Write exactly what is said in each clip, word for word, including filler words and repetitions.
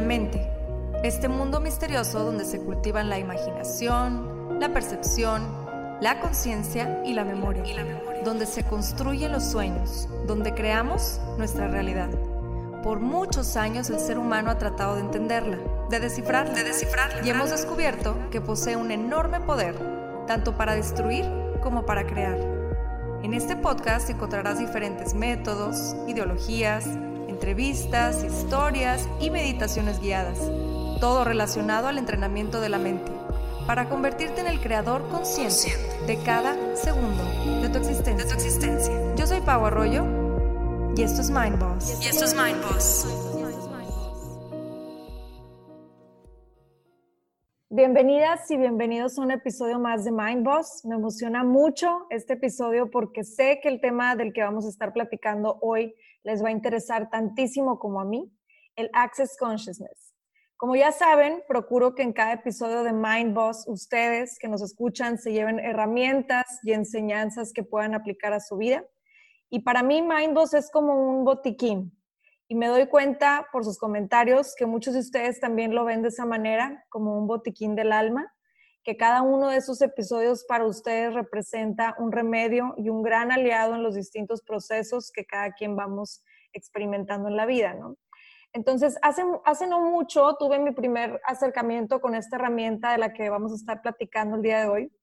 mente, este mundo misterioso donde se cultivan la imaginación, la percepción, la conciencia y la memoria, donde se construyen los sueños, donde creamos nuestra realidad. Por muchos años el ser humano ha tratado de entenderla, de descifrarla, de descifrarla y hemos descubierto que posee un enorme poder, tanto para destruir como para crear. En este podcast encontrarás diferentes métodos, ideologías, entrevistas, historias y meditaciones guiadas, todo relacionado al entrenamiento de la mente, para convertirte en el creador consciente de cada segundo de tu existencia. De tu existencia. Yo soy Pau Arroyo y esto es Mind Boss. Y esto es Mind Boss. Bienvenidas y bienvenidos a un episodio más de Mind Boss. Me emociona mucho este episodio porque sé que el tema del que vamos a estar platicando hoy les va a interesar tantísimo como a mí, el Access Consciousness. Como ya saben, procuro que en cada episodio de Mind Boss ustedes que nos escuchan se lleven herramientas y enseñanzas que puedan aplicar a su vida. Y para mí Mind Boss es como un botiquín. Y me doy cuenta por sus comentarios que muchos de ustedes también lo ven de esa manera, como un botiquín del alma, que cada uno de esos episodios para ustedes representa un remedio y un gran aliado en los distintos procesos que cada quien vamos experimentando en la vida, ¿no? Entonces, hace, hace no mucho tuve mi primer acercamiento con esta herramienta de la que vamos a estar platicando el día de hoy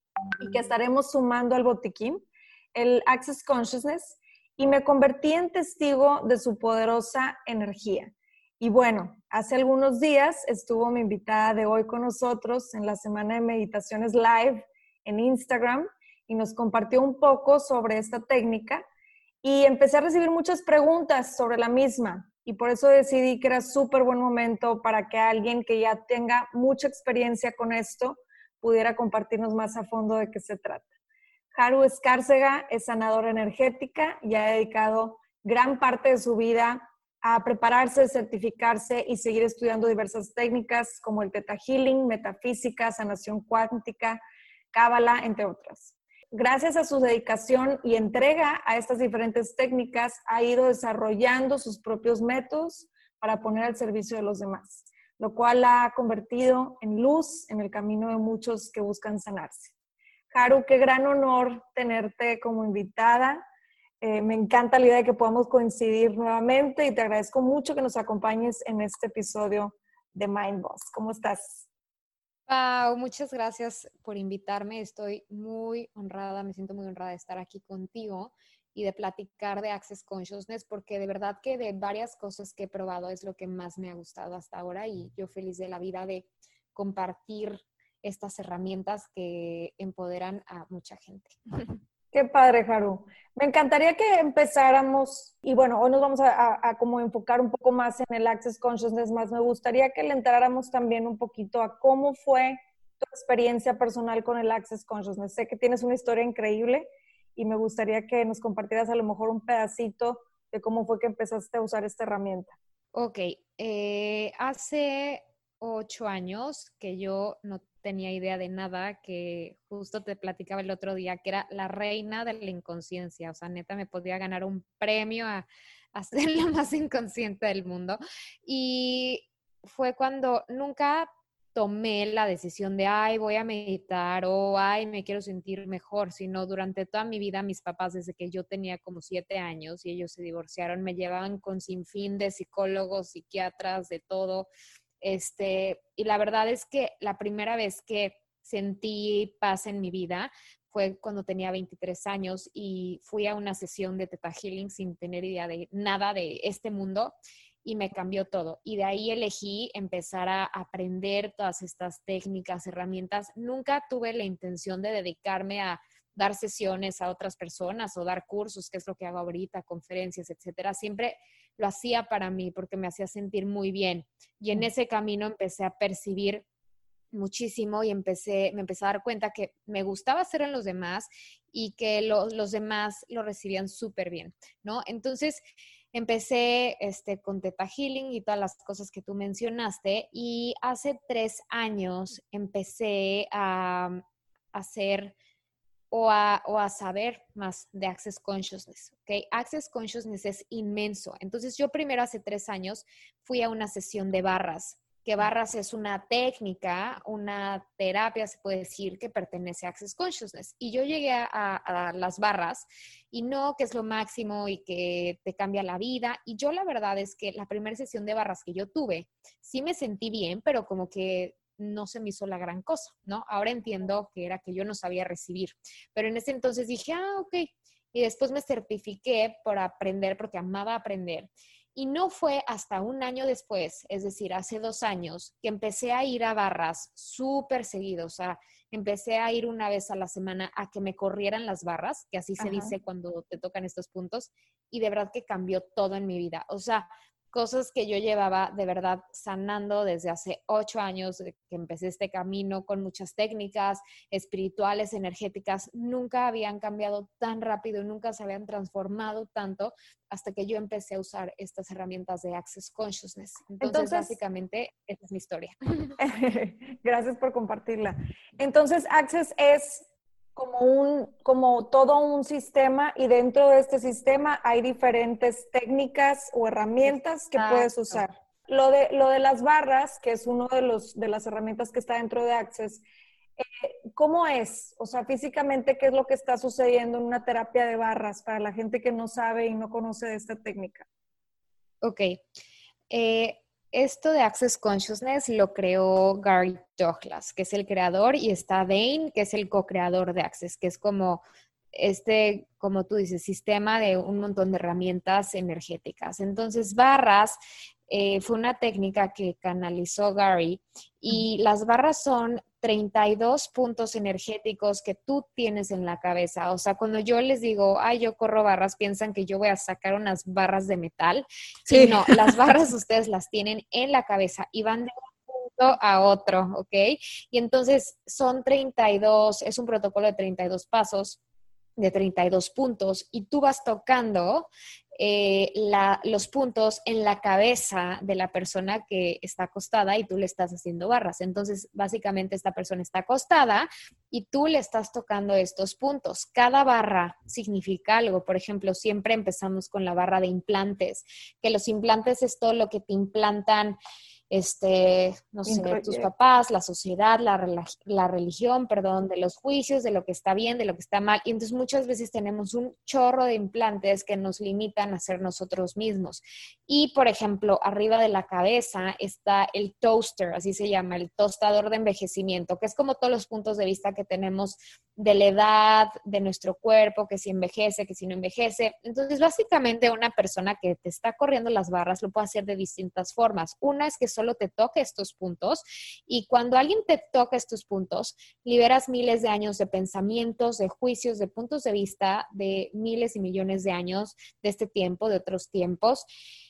y que estaremos sumando al botiquín, el Access Consciousness, y me convertí en testigo de su poderosa energía. Y bueno, hace algunos días estuvo mi invitada de hoy con nosotros en la semana de meditaciones live en Instagram y nos compartió un poco sobre esta técnica y empecé a recibir muchas preguntas sobre la misma y por eso decidí que era súper buen momento para que alguien que ya tenga mucha experiencia con esto pudiera compartirnos más a fondo de qué se trata. Haru Escárcega es sanadora energética y ha dedicado gran parte de su vida a prepararse, certificarse y seguir estudiando diversas técnicas como el Theta Healing, metafísica, sanación cuántica, cábala, entre otras. Gracias a su dedicación y entrega a estas diferentes técnicas, ha ido desarrollando sus propios métodos para poner al servicio de los demás, lo cual la ha convertido en luz en el camino de muchos que buscan sanarse. Haru, qué gran honor tenerte como invitada. Eh, me encanta la idea de que podamos coincidir nuevamente y te agradezco mucho que nos acompañes en este episodio de Mind Boss. ¿Cómo estás? Pau, muchas gracias por invitarme. Estoy muy honrada, me siento muy honrada de estar aquí contigo y de platicar de Access Consciousness porque de verdad que de varias cosas que he probado es lo que más me ha gustado hasta ahora y yo feliz de la vida de compartir estas herramientas que empoderan a mucha gente. Qué padre, Haru. Me encantaría que empezáramos, y bueno, hoy nos vamos a, a, a como enfocar un poco más en el Access Consciousness, más me gustaría que le entráramos también un poquito a cómo fue tu experiencia personal con el Access Consciousness. Sé que tienes una historia increíble y me gustaría que nos compartieras a lo mejor un pedacito de cómo fue que empezaste a usar esta herramienta. Ok, eh, hace ocho años que yo no tenía idea de nada, que justo te platicaba el otro día, que era la reina de la inconsciencia. O sea, neta, me podía ganar un premio a, a ser la más inconsciente del mundo. Y fue cuando nunca tomé la decisión de, ay, voy a meditar o, ay, me quiero sentir mejor, sino durante toda mi vida mis papás, desde que yo tenía como siete años y ellos se divorciaron, me llevaban con sinfín de psicólogos, psiquiatras, de todo. Este, y la verdad es que la primera vez que sentí paz en mi vida fue cuando tenía veintitrés años y fui a una sesión de Theta Healing sin tener idea de nada de este mundo y me cambió todo. Y de ahí elegí empezar a aprender todas estas técnicas, herramientas. Nunca tuve la intención de dedicarme a dar sesiones a otras personas o dar cursos, que es lo que hago ahorita, conferencias, etcétera. Siempre lo hacía para mí porque me hacía sentir muy bien. Y en ese camino empecé a percibir muchísimo y empecé, me empecé a dar cuenta que me gustaba hacer en los demás y que lo, los demás lo recibían súper bien, ¿no? Entonces empecé este, con Theta Healing y todas las cosas que tú mencionaste y hace tres años empecé a hacer o a, o a saber más de Access Consciousness, ¿ok? Access Consciousness es inmenso. Entonces, yo primero hace tres años fui a una sesión de barras, que barras es una técnica, una terapia, se puede decir, que pertenece a Access Consciousness. Y yo llegué a, a, a las barras y no que es lo máximo y que te cambia la vida. Y yo la verdad es que la primera sesión de barras que yo tuve, sí me sentí bien, pero como que no se me hizo la gran cosa, ¿no? Ahora entiendo que era que yo no sabía recibir. Pero en ese entonces dije, ah, ok. Y después me certifiqué por aprender, porque amaba aprender. Y no fue hasta un año después, es decir, hace dos años, que empecé a ir a barras súper seguido. O sea, empecé a ir una vez a la semana a que me corrieran las barras, que así se Ajá. dice cuando te tocan estos puntos. Y de verdad que cambió todo en mi vida. O sea, cosas que yo llevaba de verdad sanando desde hace ocho años, que empecé este camino con muchas técnicas espirituales, energéticas, nunca habían cambiado tan rápido, nunca se habían transformado tanto hasta que yo empecé a usar estas herramientas de Access Consciousness. Entonces, Entonces básicamente, esta es mi historia. Gracias por compartirla. Entonces, Access es como un, como todo un sistema, y dentro de este sistema hay diferentes técnicas o herramientas que Exacto. puedes usar. Lo de, lo de las barras, que es uno de los de las herramientas que está dentro de Access, eh, ¿cómo es? O sea, físicamente, ¿qué es lo que está sucediendo en una terapia de barras para la gente que no sabe y no conoce de esta técnica? Ok. Eh, esto de Access Consciousness lo creó Gary Douglas, que es el creador, y está Dane, que es el co-creador de Access, que es como este, como tú dices, sistema de un montón de herramientas energéticas. Entonces, barras eh, fue una técnica que canalizó Gary, y las barras son treinta y dos puntos energéticos que tú tienes en la cabeza. O sea, cuando yo les digo, ay, yo corro barras, piensan que yo voy a sacar unas barras de metal. Sí. Y no, las barras ustedes las tienen en la cabeza y van de un punto a otro, ¿ok? Y entonces son treinta y dos, es un protocolo de treinta y dos pasos, de treinta y dos puntos, y tú vas tocando eh, la, los puntos en la cabeza de la persona que está acostada y tú le estás haciendo barras. Entonces, básicamente esta persona está acostada y tú le estás tocando estos puntos. Cada barra significa algo. Por ejemplo, siempre empezamos con la barra de implantes, que los implantes es todo lo que te implantan este, no sé, tus papás, la sociedad, la, la religión, perdón, de los juicios, de lo que está bien, de lo que está mal. Y entonces muchas veces tenemos un chorro de implantes que nos limitan a ser nosotros mismos. Y, por ejemplo, arriba de la cabeza está el toaster, así se llama, el tostador de envejecimiento, que es como todos los puntos de vista que tenemos de la edad, de nuestro cuerpo, que si envejece, que si no envejece. Entonces, básicamente, una persona que te está corriendo las barras lo puede hacer de distintas formas. Una es que solo te toque estos puntos, y cuando alguien te toca estos puntos, liberas miles de años de pensamientos, de juicios, de puntos de vista, de miles y millones de años de este tiempo, de otros tiempos.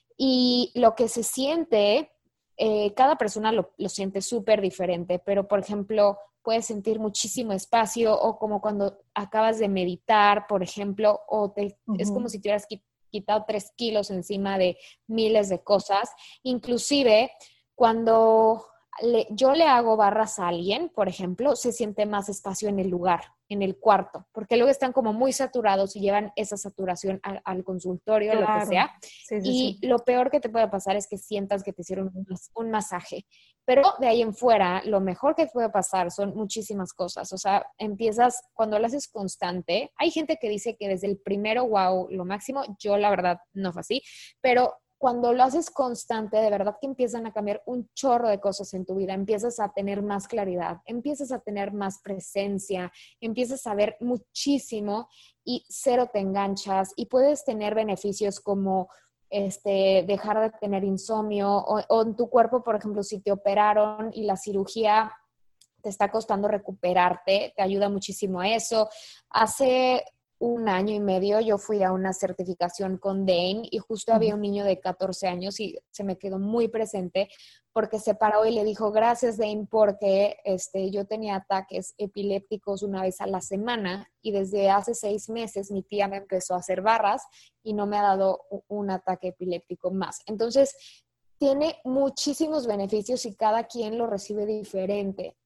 Y lo que se siente, eh, cada persona lo, lo siente súper diferente, pero por ejemplo, puedes sentir muchísimo espacio, o como cuando acabas de meditar, por ejemplo, o te, uh-huh. es como si te hubieras quitado tres kilos encima de miles de cosas. Inclusive, cuando le, yo le hago barras a alguien, por ejemplo, se siente más espacio en el lugar, en el cuarto, porque luego están como muy saturados y llevan esa saturación al, al consultorio, claro. Lo que sea. Sí, sí, y sí. Lo peor que te puede pasar es que sientas que te hicieron un, un masaje. Pero de ahí en fuera, lo mejor que puede pasar son muchísimas cosas. O sea, empiezas, cuando lo haces constante, hay gente que dice que desde el primero, wow, lo máximo. Yo la verdad no fue así, pero cuando lo haces constante, de verdad que empiezan a cambiar un chorro de cosas en tu vida. Empiezas a tener más claridad, empiezas a tener más presencia, empiezas a ver muchísimo y cero te enganchas, y puedes tener beneficios como este, dejar de tener insomnio, o, o en tu cuerpo, por ejemplo, si te operaron y la cirugía te está costando recuperarte, te ayuda muchísimo a eso. Hace un año y medio yo fui a una certificación con Dane, y justo había un niño de catorce años y se me quedó muy presente porque se paró y le dijo, gracias Dane, porque este, yo tenía ataques epilépticos una vez a la semana, y desde hace seis meses mi tía me empezó a hacer barras y no me ha dado un ataque epiléptico más. Entonces, tiene muchísimos beneficios y cada quien lo recibe diferente.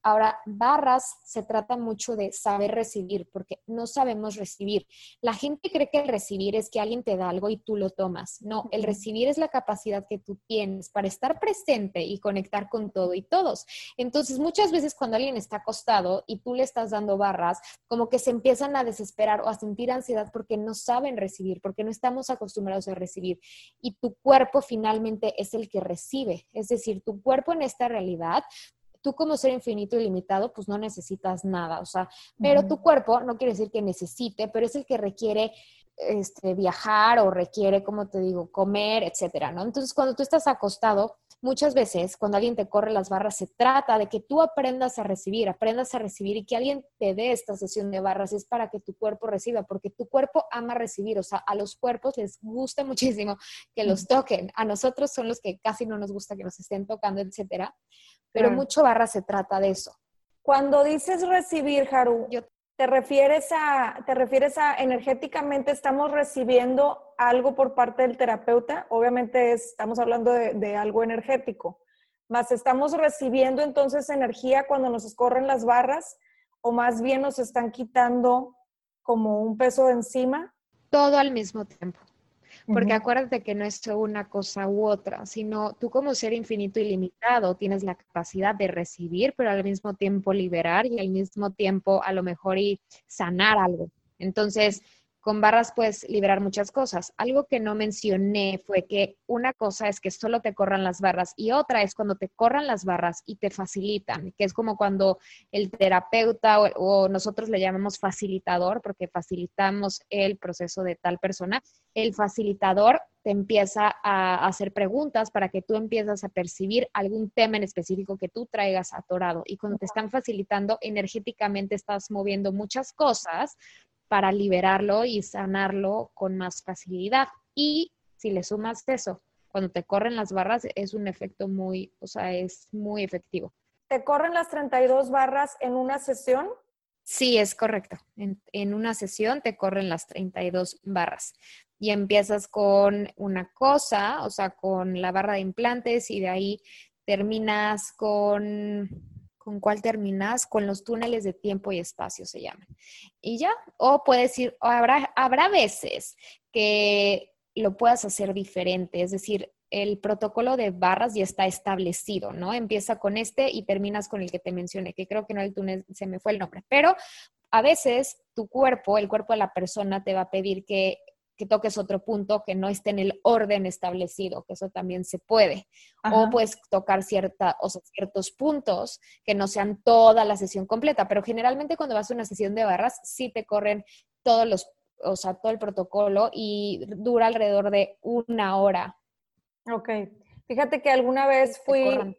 Ahora, barras se trata mucho de saber recibir, porque no sabemos recibir. La gente cree que el recibir es que alguien te da algo y tú lo tomas. No, el recibir es la capacidad que tú tienes para estar presente y conectar con todo y todos. Entonces, muchas veces cuando alguien está acostado y tú le estás dando barras, como que se empiezan a desesperar o a sentir ansiedad porque no saben recibir, porque no estamos acostumbrados a recibir. Y tu cuerpo finalmente es el que recibe. Es decir, tu cuerpo en esta realidad, tú como ser infinito y limitado, pues no necesitas nada, o sea, pero Uh-huh. tu cuerpo no quiere decir que necesite, pero es el que requiere este, viajar o requiere, como te digo, comer, etcétera, ¿no? Entonces, cuando tú estás acostado, muchas veces, cuando alguien te corre las barras, se trata de que tú aprendas a recibir, aprendas a recibir y que alguien te dé esta sesión de barras, es para que tu cuerpo reciba, porque tu cuerpo ama recibir, o sea, a los cuerpos les gusta muchísimo que los toquen, a nosotros son los que casi no nos gusta que nos estén tocando, etcétera, pero Claro. mucho barra se trata de eso. Cuando dices recibir, Haru, Yo, ¿te refieres a, te refieres a energéticamente estamos recibiendo algo por parte del terapeuta? Obviamente es, estamos hablando de, de algo energético, más estamos recibiendo entonces energía cuando nos escorren las barras o más bien nos están quitando como un peso de encima. todo al mismo tiempo. Porque Uh-huh. acuérdate que no es una cosa u otra, sino tú como ser infinito y limitado tienes la capacidad de recibir, pero al mismo tiempo liberar y al mismo tiempo a lo mejor y sanar algo. Entonces, con barras puedes liberar muchas cosas. Algo que no mencioné fue que una cosa es que solo te corran las barras y otra es cuando te corran las barras y te facilitan, que es como cuando el terapeuta o, o nosotros le llamamos facilitador, porque facilitamos el proceso de tal persona. El facilitador te empieza a hacer preguntas para que tú empiezas a percibir algún tema en específico que tú traigas atorado. Y cuando te están facilitando, energéticamente estás moviendo muchas cosas para liberarlo y sanarlo con más facilidad. Y si le sumas eso, cuando te corren las barras, es un efecto muy, o sea, es muy efectivo. ¿Te corren las treinta y dos barras en una sesión? Sí, es correcto. En, en una sesión te corren las treinta y dos barras y empiezas con una cosa, o sea, con la barra de implantes y de ahí terminas con, ¿con cuál terminas? Con los túneles de tiempo y espacio se llaman. Y ya, o puedes ir, o habrá, habrá veces que lo puedas hacer diferente, es decir, el protocolo de barras ya está establecido, ¿no? Empieza con este y terminas con el que te mencioné, que creo que no el túnel, se me fue el nombre, pero a veces tu cuerpo, el cuerpo de la persona te va a pedir que, que toques otro punto que no esté en el orden establecido, que eso también se puede. Ajá. O puedes tocar cierta, o sea, ciertos puntos que no sean toda la sesión completa, pero generalmente cuando vas a una sesión de barras sí te corren todos los, o sea, todo el protocolo y dura alrededor de una hora. Ok. Fíjate que alguna vez fui,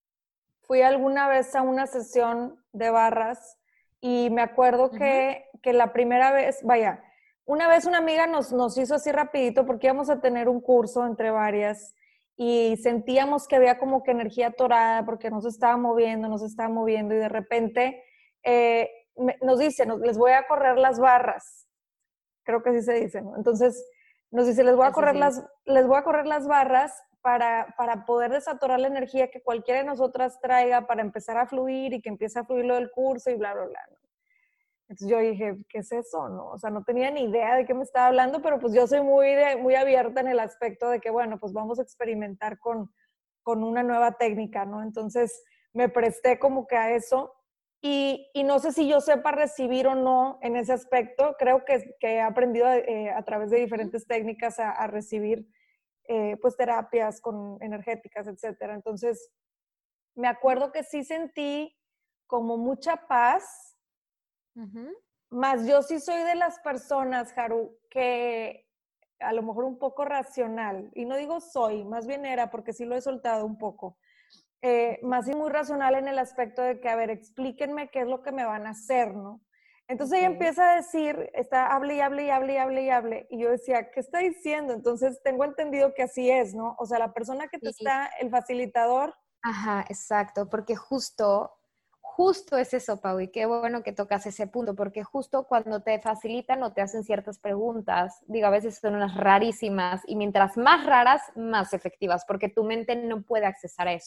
fui alguna vez a una sesión de barras y me acuerdo que, uh-huh. que la primera vez, vaya, una vez una amiga nos, nos hizo así rapidito porque íbamos a tener un curso entre varias y sentíamos que había como que energía atorada porque nos estaba moviendo, nos estaba moviendo y de repente eh, me, nos dice, nos, les voy a correr las barras. Creo que así se dice, ¿no? Entonces nos dice, les voy a correr, las, les voy a correr las barras para, para poder desatorar la energía que cualquiera de nosotras traiga para empezar a fluir y que empiece a fluir lo del curso y bla, bla, bla, ¿no? Entonces yo dije, ¿qué es eso? ¿No? O sea, no tenía ni idea de qué me estaba hablando, pero pues yo soy muy, de, muy abierta en el aspecto de que, bueno, pues vamos a experimentar con, con una nueva técnica, ¿no? Entonces me presté como que a eso. Y, y no sé si yo sepa recibir o no en ese aspecto. Creo que, que he aprendido eh, a través de diferentes técnicas a, a recibir eh, pues terapias con energéticas, etcétera. Entonces, me acuerdo que sí sentí como mucha paz, uh-huh. Más yo sí soy de las personas, Haru, que a lo mejor un poco racional, y no digo soy, más bien era porque sí lo he soltado un poco. Eh, más y muy racional en el aspecto de que, a ver, explíquenme qué es lo que me van a hacer, ¿no? Entonces okay. Ella empieza a decir, está, hable y hable y hable y hable y hable, y yo decía, ¿qué está diciendo? Entonces tengo entendido que así es, ¿no? O sea, la persona que te sí. está, el facilitador. Ajá, exacto, porque justo, justo es eso, Pau, y qué bueno que tocas ese punto, porque justo cuando te facilitan o te hacen ciertas preguntas, digo, a veces son unas rarísimas, y mientras más raras, más efectivas, porque tu mente no puede accesar a eso.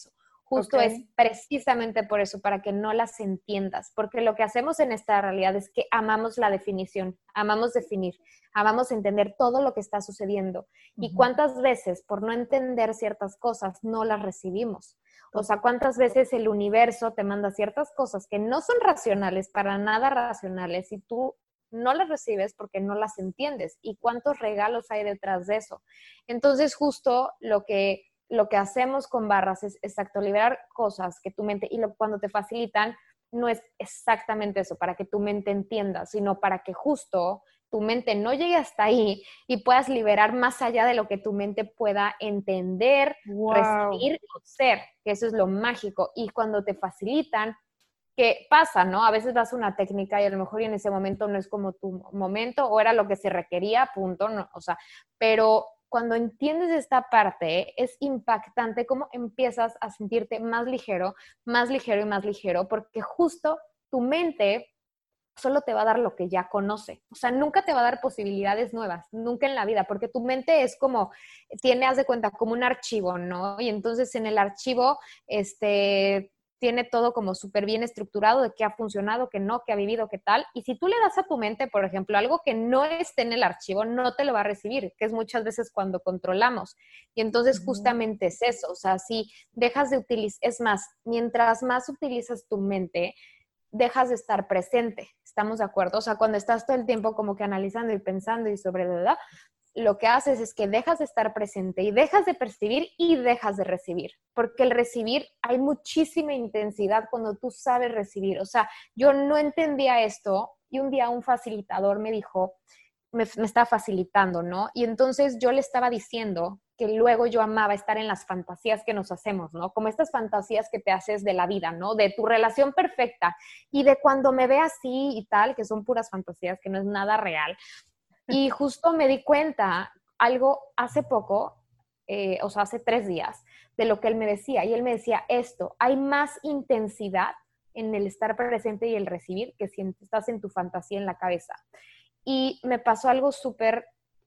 justo Ok. es precisamente por eso, para que no las entiendas, porque lo que hacemos en esta realidad es que amamos la definición, amamos definir, amamos entender todo lo que está sucediendo. Y Ujú. cuántas veces, por no entender ciertas cosas, no las recibimos. O sea, Total. cuántas veces el universo te manda ciertas cosas que no son racionales, para nada racionales, y tú no las recibes porque no las entiendes. Y cuántos regalos hay detrás de eso. Entonces, justo lo que, lo que hacemos con barras es exacto, liberar cosas que tu mente, y lo, cuando te facilitan, no es exactamente eso, para que tu mente entienda, sino para que justo tu mente no llegue hasta ahí y puedas liberar más allá de lo que tu mente pueda entender, Wow. recibir o ser, que eso es lo mágico. Y cuando te facilitan, que pasa, ¿no? A veces das una técnica y a lo mejor en ese momento no es como tu momento o era lo que se requería, punto, no, o sea, pero cuando entiendes esta parte es impactante cómo empiezas a sentirte más ligero, más ligero y más ligero, porque justo tu mente solo te va a dar lo que ya conoce. O sea, nunca te va a dar posibilidades nuevas, nunca en la vida, porque tu mente es como, tiene, haz de cuenta, como un archivo, ¿no? Y entonces en el archivo, este, tiene todo como súper bien estructurado de qué ha funcionado, qué no, qué ha vivido, qué tal. Y si tú le das a tu mente, por ejemplo, algo que no esté en el archivo, no te lo va a recibir, que es muchas veces cuando controlamos. Y entonces Ujú. justamente es eso, o sea, si dejas de utilizar, es más, mientras más utilizas tu mente, dejas de estar presente. ¿Estamos de acuerdo? O sea, cuando estás todo el tiempo como que analizando y pensando y sobre la verdad, lo que haces es que dejas de estar presente y dejas de percibir y dejas de recibir. Porque el recibir, hay muchísima intensidad cuando tú sabes recibir. O sea, yo no entendía esto y un día un facilitador me dijo, me, me estaba facilitando, ¿no? Y entonces yo le estaba diciendo que luego yo amaba estar en las fantasías que nos hacemos, ¿no? Como estas fantasías que te haces de la vida, ¿no? De tu relación perfecta y de cuando me ve así y tal, que son puras fantasías, que no es nada real. Y justo me di cuenta algo hace poco, eh, o sea, hace tres días, de lo que él me decía. Y él me decía esto, hay más intensidad en el estar presente y el recibir que si estás en tu fantasía en la cabeza. Y me pasó algo súper,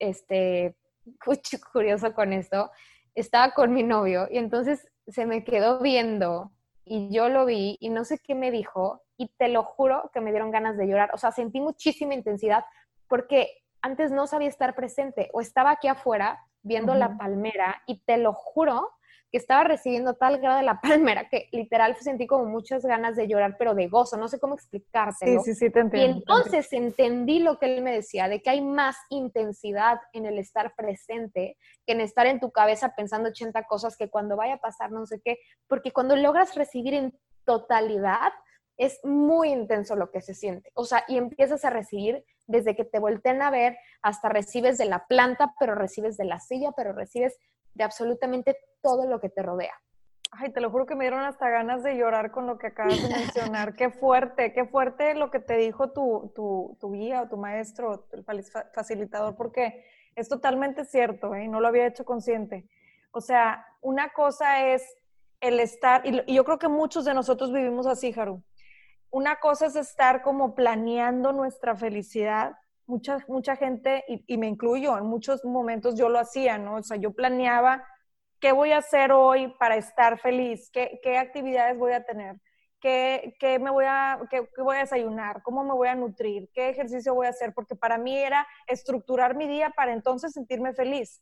este, curioso con esto. Estaba con mi novio y entonces se me quedó viendo y yo lo vi y no sé qué me dijo y te lo juro que me dieron ganas de llorar. O sea, sentí muchísima intensidad porque antes no sabía estar presente o estaba aquí afuera viendo la Ujú. palmera y te lo juro que estaba recibiendo tal grado de la palmera que literal sentí como muchas ganas de llorar, pero de gozo, no sé cómo Sí, explicártelo. sí, sí, te Y entiendo, te entiendo. entonces entendí lo que él me decía, de que hay más intensidad en el estar presente que en estar en tu cabeza pensando ochenta cosas que cuando vaya a pasar no sé qué, porque cuando logras recibir en totalidad, es muy intenso lo que se siente. O sea, y empiezas a recibir desde que te volteen a ver, hasta recibes de la planta, pero recibes de la silla, pero recibes de absolutamente todo lo que te rodea. Ay, te lo juro que me dieron hasta ganas de llorar con lo que acabas de mencionar. Qué fuerte, qué fuerte lo que te dijo tu, tu, tu guía o tu maestro, el facilitador, porque es totalmente cierto, ¿eh? No lo había hecho consciente. O sea, una cosa es el estar, y, y yo creo que muchos de nosotros vivimos así, Haru. Una cosa es estar como planeando nuestra felicidad. Mucha, mucha gente, y, y me incluyo, en muchos momentos yo lo hacía, ¿no? O sea, yo planeaba qué voy a hacer hoy para estar feliz, qué, qué actividades voy a tener, qué, qué me voy a, qué, qué voy a desayunar, cómo me voy a nutrir, qué ejercicio voy a hacer, porque para mí era estructurar mi día para entonces sentirme feliz.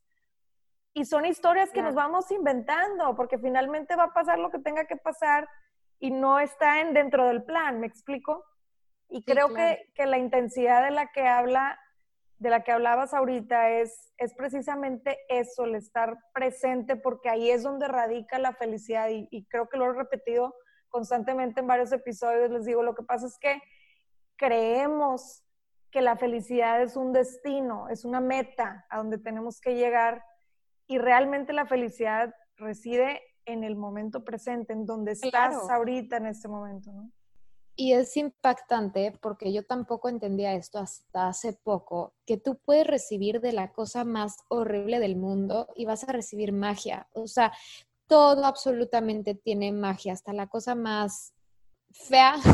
Y son historias que nos Claro. vamos inventando, porque finalmente va a pasar lo que tenga que pasar y no está en, dentro del plan, ¿me explico? Y Sí, creo claro. que, que la intensidad de la que habla, de la que hablabas ahorita es, es precisamente eso, el estar presente, porque ahí es donde radica la felicidad y, y creo que lo he repetido constantemente en varios episodios, les digo, lo que pasa es que creemos que la felicidad es un destino, es una meta a donde tenemos que llegar y realmente la felicidad reside en el momento presente, en donde estás Claro. ahorita en este momento, ¿no? Y es impactante porque yo tampoco entendía esto hasta hace poco, que tú puedes recibir de la cosa más horrible del mundo y vas a recibir magia. O sea, todo absolutamente tiene magia, hasta la cosa más fea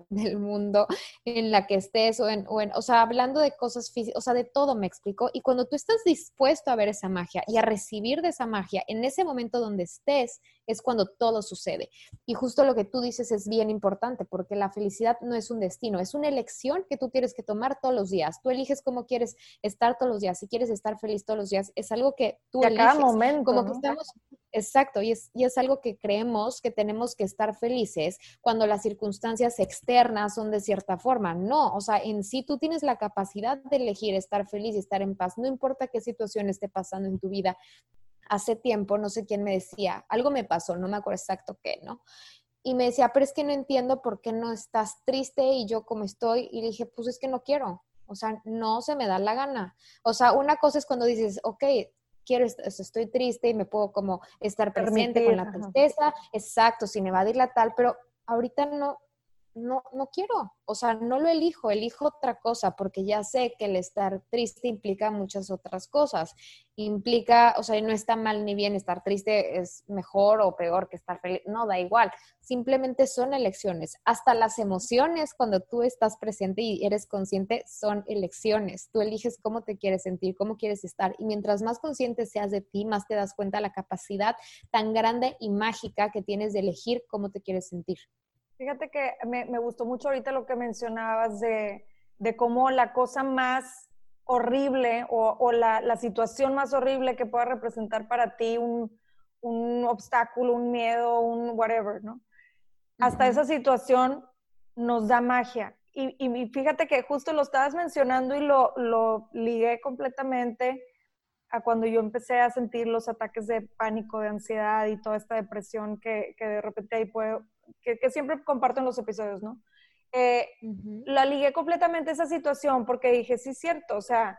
del mundo en la que estés o en, o en, o sea, hablando de cosas físicas, o sea, de todo, me explico. Y cuando tú estás dispuesto a ver esa magia y a recibir de esa magia, en ese momento donde estés, es cuando todo sucede. Y justo lo que tú dices es bien importante, porque la felicidad no es un destino, es una elección que tú tienes que tomar todos los días. Tú eliges cómo quieres estar todos los días. Si quieres estar feliz todos los días, es algo que tú y a eliges. cada momento, Como ¿no? que estamos, exacto, y es, y es algo que creemos que tenemos que estar felices cuando las circunstancias externas son de cierta forma. No, o sea, en sí tú tienes la capacidad de elegir estar feliz y estar en paz. No importa qué situación esté pasando en tu vida. Hace tiempo, no sé quién me decía, algo me pasó, no me acuerdo exacto qué, ¿no? Y me decía, pero es que no entiendo por qué no estás triste y yo como estoy. Y le dije, pues es que no quiero. O sea, no se me da la gana. O sea, una cosa es cuando dices, ok, quiero, estoy triste y me puedo como estar presente Permitir, con la ajá. tristeza, exacto, sin evadirla tal, pero ahorita no, no, no quiero, o sea, no lo elijo, elijo otra cosa, porque ya sé que el estar triste implica muchas otras cosas, implica, o sea, no está mal ni bien estar triste, es mejor o peor que estar feliz, no, da igual, simplemente son elecciones, hasta las emociones cuando tú estás presente y eres consciente son elecciones, tú eliges cómo te quieres sentir, cómo quieres estar, y mientras más consciente seas de ti, más te das cuenta de la capacidad tan grande y mágica que tienes de elegir cómo te quieres sentir. Fíjate que me, me gustó mucho ahorita lo que mencionabas de, de cómo la cosa más horrible o, o la, la situación más horrible que pueda representar para ti un, un obstáculo, un miedo, un whatever, ¿no? Hasta Uh-huh. esa situación nos da magia. Y, y, fíjate que justo lo estabas mencionando y lo, lo ligué completamente a cuando yo empecé a sentir los ataques de pánico, de ansiedad y toda esta depresión que, que de repente ahí puedo, que, que siempre comparto en los episodios, ¿no? Eh, uh-huh. La ligué completamente a esa situación porque dije, sí es cierto, o sea,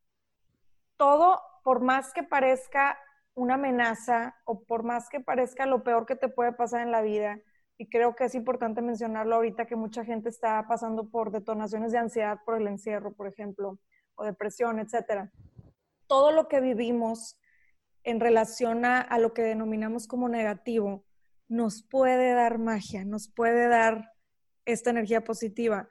todo, por más que parezca una amenaza o por más que parezca lo peor que te puede pasar en la vida, y creo que es importante mencionarlo ahorita que mucha gente está pasando por detonaciones de ansiedad por el encierro, por ejemplo, o depresión, etcétera. Todo lo que vivimos en relación a, a lo que denominamos como negativo nos puede dar magia, nos puede dar esta energía positiva.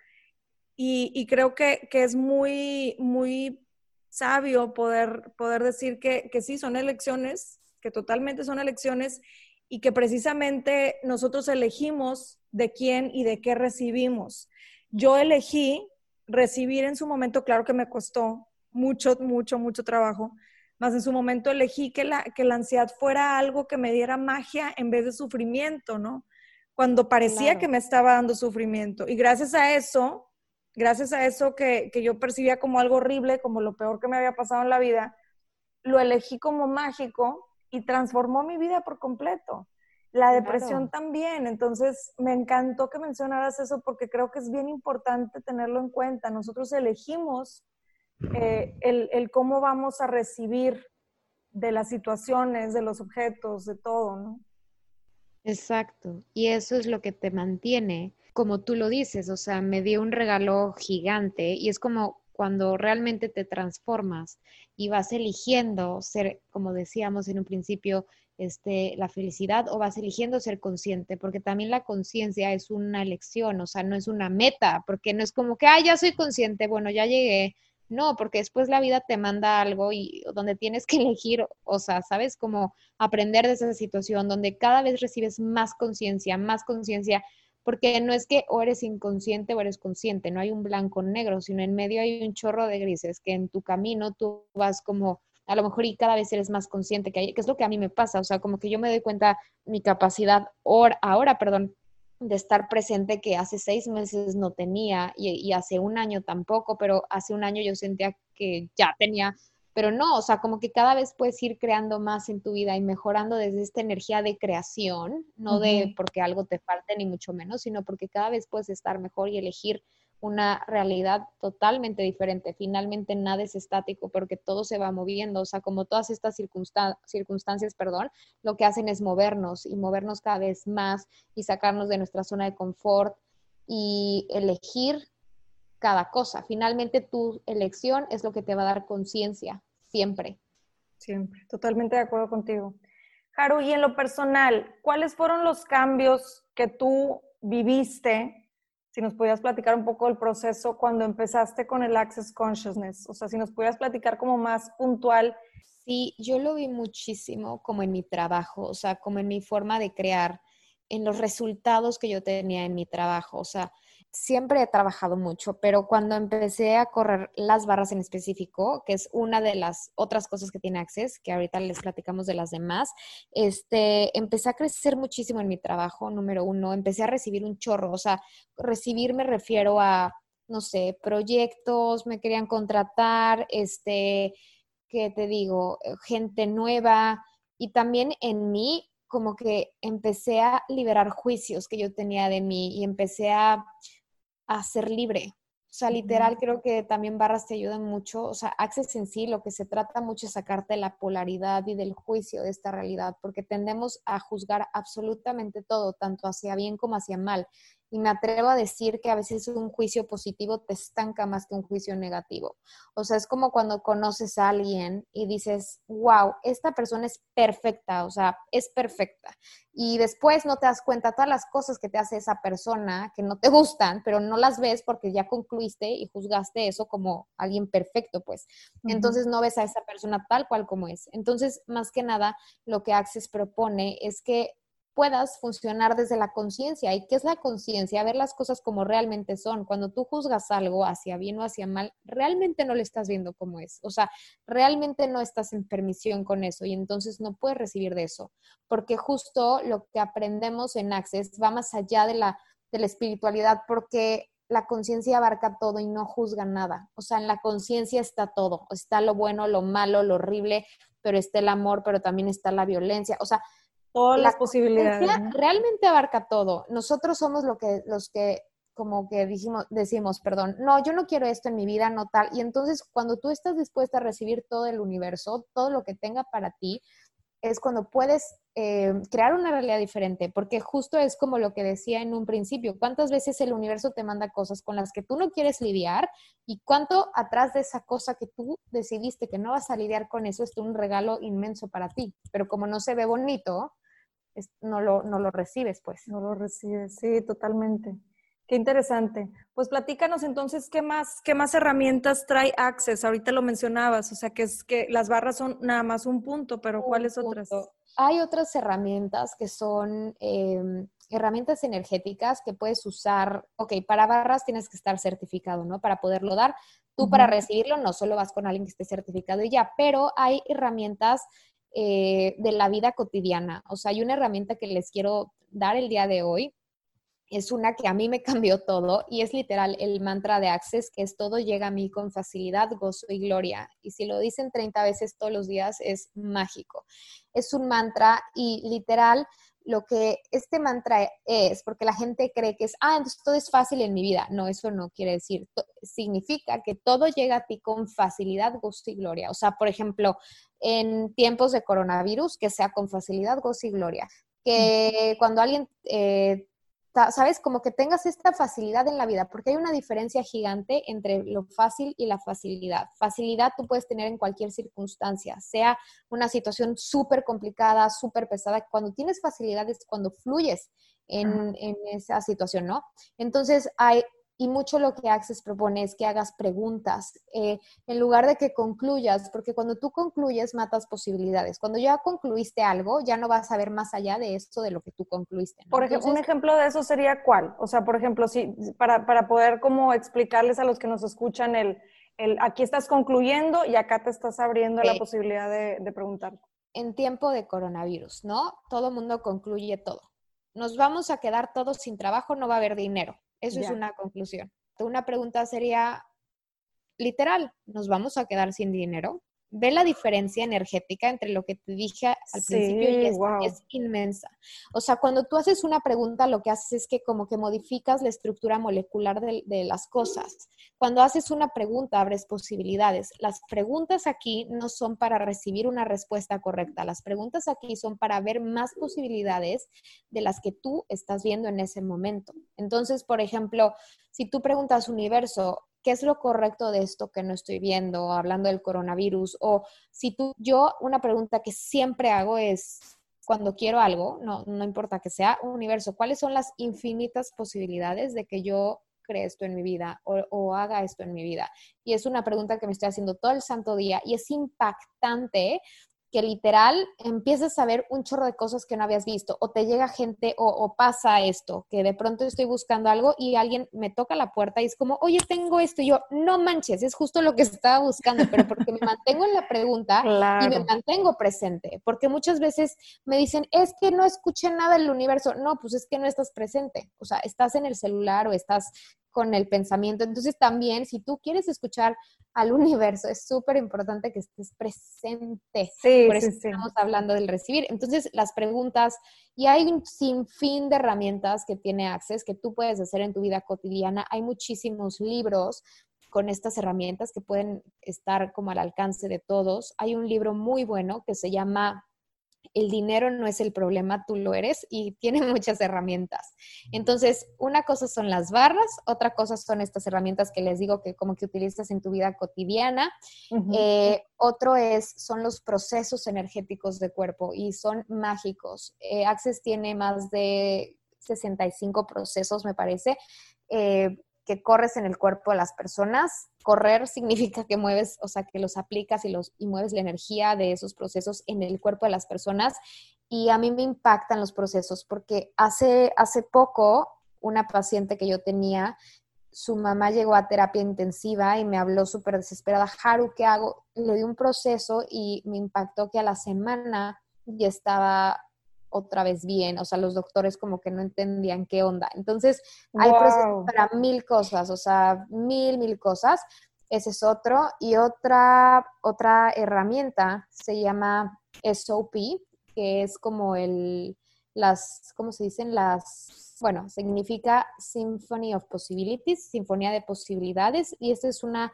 Y, y creo que, que es muy, muy sabio poder, poder decir que, que sí, son elecciones, que totalmente son elecciones y que precisamente nosotros elegimos de quién y de qué recibimos. Yo elegí recibir en su momento, claro que me costó mucho, mucho, mucho trabajo, más en su momento elegí que la, que la ansiedad fuera algo que me diera magia en vez de sufrimiento, ¿no? Cuando parecía claro. que me estaba dando sufrimiento. Y gracias a eso, gracias a eso que, que yo percibía como algo horrible, como lo peor que me había pasado en la vida, lo elegí como mágico y transformó mi vida por completo. La depresión claro. también. Entonces, me encantó que mencionaras eso porque creo que es bien importante tenerlo en cuenta. Nosotros elegimos eh, el, el cómo vamos a recibir de las situaciones, de los objetos, de todo, ¿no? Exacto. Y eso es lo que te mantiene, como tú lo dices, o sea, me dio un regalo gigante y es como cuando realmente te transformas y vas eligiendo ser, como decíamos en un principio, este, la felicidad o vas eligiendo ser consciente, porque también la conciencia es una elección, o sea, no es una meta, porque no es como que, ah, ya soy consciente, bueno, ya llegué. No, porque después la vida te manda algo y donde tienes que elegir, o sea, ¿sabes? Como aprender de esa situación, donde cada vez recibes más conciencia, más conciencia, porque no es que o eres inconsciente o eres consciente, no hay un blanco negro, sino en medio hay un chorro de grises, que en tu camino tú vas como, a lo mejor y cada vez eres más consciente, que, hay, que es lo que a mí me pasa, o sea, como que yo me doy cuenta mi capacidad or, ahora, perdón, de estar presente que hace seis meses no tenía y, y hace un año tampoco, pero hace un año yo sentía que ya tenía, pero no, o sea, como que cada vez puedes ir creando más en tu vida y mejorando desde esta energía de creación, no uh-huh. de porque algo te falte ni mucho menos, sino porque cada vez puedes estar mejor y elegir una realidad totalmente diferente. Finalmente nada es estático porque todo se va moviendo, o sea, como todas estas circunstan- circunstancias, perdón, lo que hacen es movernos y movernos cada vez más y sacarnos de nuestra zona de confort y elegir cada cosa. Finalmente tu elección es lo que te va a dar conciencia, siempre. Siempre, totalmente de acuerdo contigo. Haru, y en lo personal, ¿cuáles fueron los cambios que tú viviste si nos pudieras platicar un poco del proceso cuando empezaste con el Access Consciousness, o sea, si nos pudieras platicar como más puntual. Sí, yo lo vi muchísimo como en mi trabajo, o sea, como en mi forma de crear, en los resultados que yo tenía en mi trabajo, o sea, siempre he trabajado mucho, pero cuando empecé a correr las barras en específico, que es una de las otras cosas que tiene Access, que ahorita les platicamos de las demás, este, empecé a crecer muchísimo en mi trabajo, número uno, empecé a recibir un chorro, o sea, recibir me refiero a, no sé, proyectos, me querían contratar, este, ¿qué te digo? Eh, Gente nueva y también en mí como que empecé a liberar juicios que yo tenía de mí y empecé a a ser libre. O sea, Ujú. literal, creo que también barras te ayudan mucho. O sea, Access en sí, lo que se trata mucho es sacarte de la polaridad y del juicio de esta realidad, porque tendemos a juzgar absolutamente todo, tanto hacia bien como hacia mal. Y me atrevo a decir que a veces un juicio positivo te estanca más que un juicio negativo. O sea, es como cuando conoces a alguien y dices, wow, esta persona es perfecta, o sea, es perfecta. Y después no te das cuenta todas las cosas que te hace esa persona que no te gustan, pero no las ves porque ya concluiste y juzgaste eso como alguien perfecto, pues. Ujú. Entonces no ves a esa persona tal cual como es. Entonces, más que nada, lo que Access propone es que puedas funcionar desde la conciencia. ¿Y qué es la conciencia? Ver las cosas como realmente son. Cuando tú juzgas algo hacia bien o hacia mal, realmente no lo estás viendo como es. O sea, realmente no estás en permisión con eso y entonces no puedes recibir de eso. Porque justo lo que aprendemos en Access va más allá de la, de la espiritualidad, porque la conciencia abarca todo y no juzga nada. O sea, en la conciencia está todo. Está lo bueno, lo malo, lo horrible, pero está el amor, pero también está la violencia. O sea, Todas la las posibilidades, conciencia ¿no? realmente abarca todo. Nosotros somos lo que, los que como que dijimos, decimos, perdón, no, yo no quiero esto en mi vida, no tal. Y entonces cuando tú estás dispuesta a recibir todo el universo, todo lo que tenga para ti, es cuando puedes eh, crear una realidad diferente, porque justo es como lo que decía en un principio, cuántas veces el universo te manda cosas con las que tú no quieres lidiar y cuánto atrás de esa cosa que tú decidiste que no vas a lidiar con eso es un regalo inmenso para ti, pero como no se ve bonito, es, no, lo, no lo recibes, pues. No lo recibes, sí, totalmente. Qué interesante. Pues platícanos entonces, ¿qué más, qué más herramientas trae Access? Ahorita lo mencionabas, o sea, que es que las barras son nada más un punto, pero Un ¿cuáles otras? punto. Hay otras herramientas que son eh, herramientas energéticas que puedes usar. Ok, para barras tienes que estar certificado, ¿no? Para poderlo dar. Tú para Ujú. recibirlo no solo vas con alguien que esté certificado y ya, pero hay herramientas eh, de la vida cotidiana. O sea, hay una herramienta que les quiero dar el día de hoy, es una que a mí me cambió todo y es literal el mantra de Access, que es todo llega a mí con facilidad, gozo y gloria. Y si lo dicen treinta veces todos los días, es mágico. Es un mantra y literal lo que este mantra es, porque la gente cree que es, ah, entonces todo es fácil en mi vida. No, eso no quiere decir. Significa que todo llega a ti con facilidad, gozo y gloria. O sea, por ejemplo, en tiempos de coronavirus, que sea con facilidad, gozo y gloria. Que cuando alguien... Eh, ¿sabes? Como que tengas esta facilidad en la vida, porque hay una diferencia gigante entre lo fácil y la facilidad. Facilidad tú puedes tener en cualquier circunstancia, sea una situación súper complicada, súper pesada. Cuando tienes facilidad es cuando fluyes en, en esa situación, ¿no? Entonces hay... Y mucho lo que Access propone es que hagas preguntas eh, en lugar de que concluyas, porque cuando tú concluyes matas posibilidades. Cuando ya concluiste algo, ya no vas a ver más allá de esto de lo que tú concluiste, ¿no? Por ejemplo, un Entonces, ejemplo de eso sería ¿cuál? O sea, por ejemplo, si, para, para poder como explicarles a los que nos escuchan el, el aquí estás concluyendo y acá te estás abriendo la eh, posibilidad de, de preguntar. en tiempo de coronavirus, ¿no? Todo mundo concluye todo. Nos vamos a quedar todos sin trabajo, no va a haber dinero. Eso es Ya. una conclusión. Una pregunta sería, literal, ¿nos vamos a quedar sin dinero? Ve la diferencia energética entre lo que te dije al principio y Sí, esta, wow. es inmensa. O sea, cuando tú haces una pregunta, lo que haces es que como que modificas la estructura molecular de, de las cosas. Cuando haces una pregunta, abres posibilidades. Las preguntas aquí no son para recibir una respuesta correcta. Las preguntas aquí son para ver más posibilidades de las que tú estás viendo en ese momento. Entonces, por ejemplo, si tú preguntas universo, ¿qué es lo correcto de esto que no estoy viendo? Hablando del coronavirus. O si tú, yo, una pregunta que siempre hago es, cuando quiero algo, no, no importa que sea, universo, ¿cuáles son las infinitas posibilidades de que yo cree esto en mi vida o, o haga esto en mi vida? Y es una pregunta que me estoy haciendo todo el santo día y es impactante que literal empiezas a ver un chorro de cosas que no habías visto, o te llega gente, o, o pasa esto, que de pronto estoy buscando algo y alguien me toca la puerta y es como, oye, tengo esto, y yo, no manches, es justo lo que estaba buscando, pero porque me mantengo en la pregunta Claro. y me mantengo presente, porque muchas veces me dicen, es que no escuché nada del universo. No, pues es que no estás presente, o sea, estás en el celular o estás con el pensamiento. Entonces también, si tú quieres escuchar al universo, es súper importante que estés presente. Sí, Por sí, eso sí. estamos hablando del recibir. Entonces, las preguntas, y hay un sinfín de herramientas que tiene Access que tú puedes hacer en tu vida cotidiana. Hay muchísimos libros con estas herramientas que pueden estar como al alcance de todos. Hay un libro muy bueno que se llama El dinero no es el problema, tú lo eres, y tiene muchas herramientas. Entonces, una cosa son las barras, otra cosa son estas herramientas que les digo que como que utilizas en tu vida cotidiana. Uh-huh. Eh, otro es, son los procesos energéticos de cuerpo y son mágicos. Eh, Access tiene más de sesenta y cinco procesos, me parece, eh, que corres en el cuerpo de las personas. Correr significa que mueves, o sea, que los aplicas y, los, y mueves la energía de esos procesos en el cuerpo de las personas. Y a mí me impactan los procesos porque hace, hace poco una paciente que yo tenía, su mamá llegó a terapia intensiva y me habló súper desesperada, Haru, ¿qué hago? Le di un proceso y me impactó que a la semana ya estaba otra vez bien, o sea, los doctores como que no entendían qué onda. Entonces, hay Wow. procesos para mil cosas, o sea, mil, mil cosas. Ese es otro. Y otra, otra herramienta se llama S O P, que es como el, las, ¿cómo se dicen? Las, bueno, significa Symphony of Possibilities, Sinfonía de Posibilidades, y esta es una,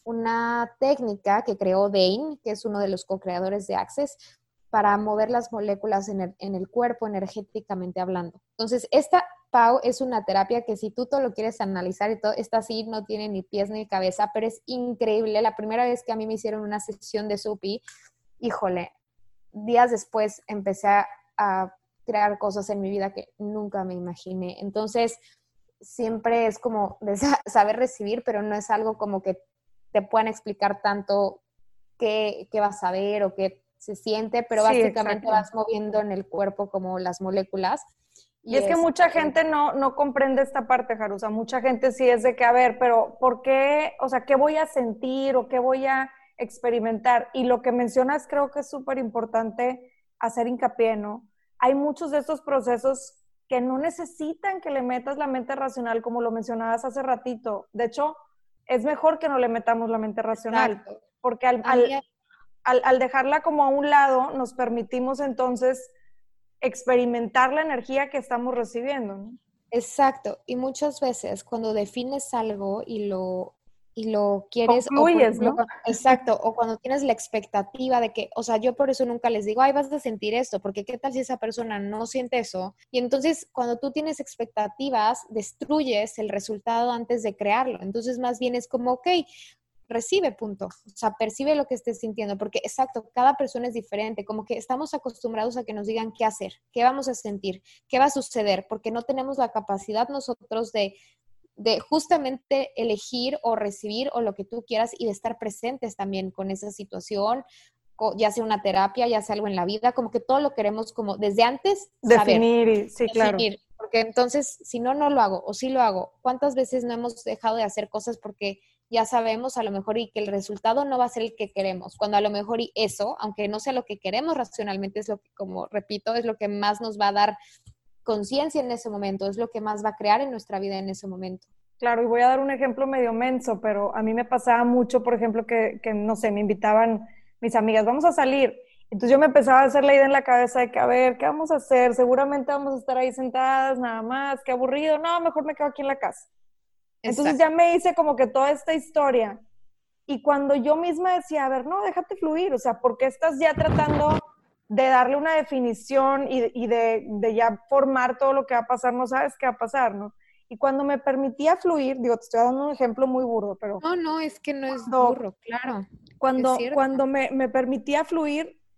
una técnica que creó Dane, que es uno de los co-creadores de Access, para mover las moléculas en el, en el cuerpo energéticamente hablando. Entonces, esta, Pau, es una terapia que si tú todo lo quieres analizar y todo, esta sí no tiene ni pies ni cabeza, pero es increíble. La primera vez que a mí me hicieron una sesión de S O P, híjole, días después empecé a, a crear cosas en mi vida que nunca me imaginé. Entonces, siempre es como de saber recibir, pero no es algo como que te puedan explicar tanto qué, qué vas a ver o qué se siente, pero Sí, básicamente exacto. vas moviendo en el cuerpo como las moléculas. Y, y es que mucha gente no, no comprende esta parte, Haru. O sea, mucha gente sí es de que, a ver, pero ¿por qué? O sea, ¿qué voy a sentir o qué voy a experimentar? Y lo que mencionas creo que es súper importante hacer hincapié, ¿no? Hay muchos de estos procesos que no necesitan que le metas la mente racional, como lo mencionabas hace ratito. De hecho, es mejor que no le metamos la mente racional, Exacto. porque al, al, al, al dejarla como a un lado, nos permitimos entonces experimentar la energía que estamos recibiendo, ¿no? Exacto. Y muchas veces cuando defines algo y lo, y lo quieres, concluyes, o por ejemplo, ¿no? Cuando, exacto, o cuando tienes la expectativa de que, o sea, yo por eso nunca les digo, ay, vas a sentir esto, porque qué tal si esa persona no siente eso. Y entonces, cuando tú tienes expectativas, destruyes el resultado antes de crearlo. Entonces, más bien es como, ok, recibe, punto. O sea, percibe lo que estés sintiendo, porque exacto, cada persona es diferente, como que estamos acostumbrados a que nos digan qué hacer, qué vamos a sentir, qué va a suceder, porque no tenemos la capacidad nosotros de, de justamente elegir o recibir o lo que tú quieras y de estar presentes también con esa situación, ya sea una terapia, ya sea algo en la vida, como que todo lo queremos como desde antes saber. Definir, y, sí, claro. Definir, porque entonces, si no, no lo hago, o sí lo hago. ¿Cuántas veces no hemos dejado de hacer cosas porque ya sabemos a lo mejor y que el resultado no va a ser el que queremos? Cuando a lo mejor y eso, aunque no sea lo que queremos racionalmente, es lo que, como repito, es lo que más nos va a dar conciencia en ese momento, es lo que más va a crear en nuestra vida en ese momento. Claro, y voy a dar un ejemplo medio menso, pero a mí me pasaba mucho, por ejemplo, que, que no sé, me invitaban mis amigas, vamos a salir. Entonces yo me empezaba a hacer la idea en la cabeza de que, a ver, ¿qué vamos a hacer? Seguramente vamos a estar ahí sentadas, nada más, qué aburrido. No, mejor me quedo aquí en la casa. Entonces Exacto. ya me hice como que toda esta historia. Y cuando yo misma decía, a ver, no, déjate fluir. O sea, ¿por qué estás ya tratando de darle una definición y, y de, de ya formar todo lo que va a pasar? No sabes qué va a pasar, ¿no? Y cuando me permitía fluir, digo, te estoy dando un ejemplo muy burdo, pero... No, no, es que no es cuando, burro, claro. Cuando, cuando me, me permitía fluir,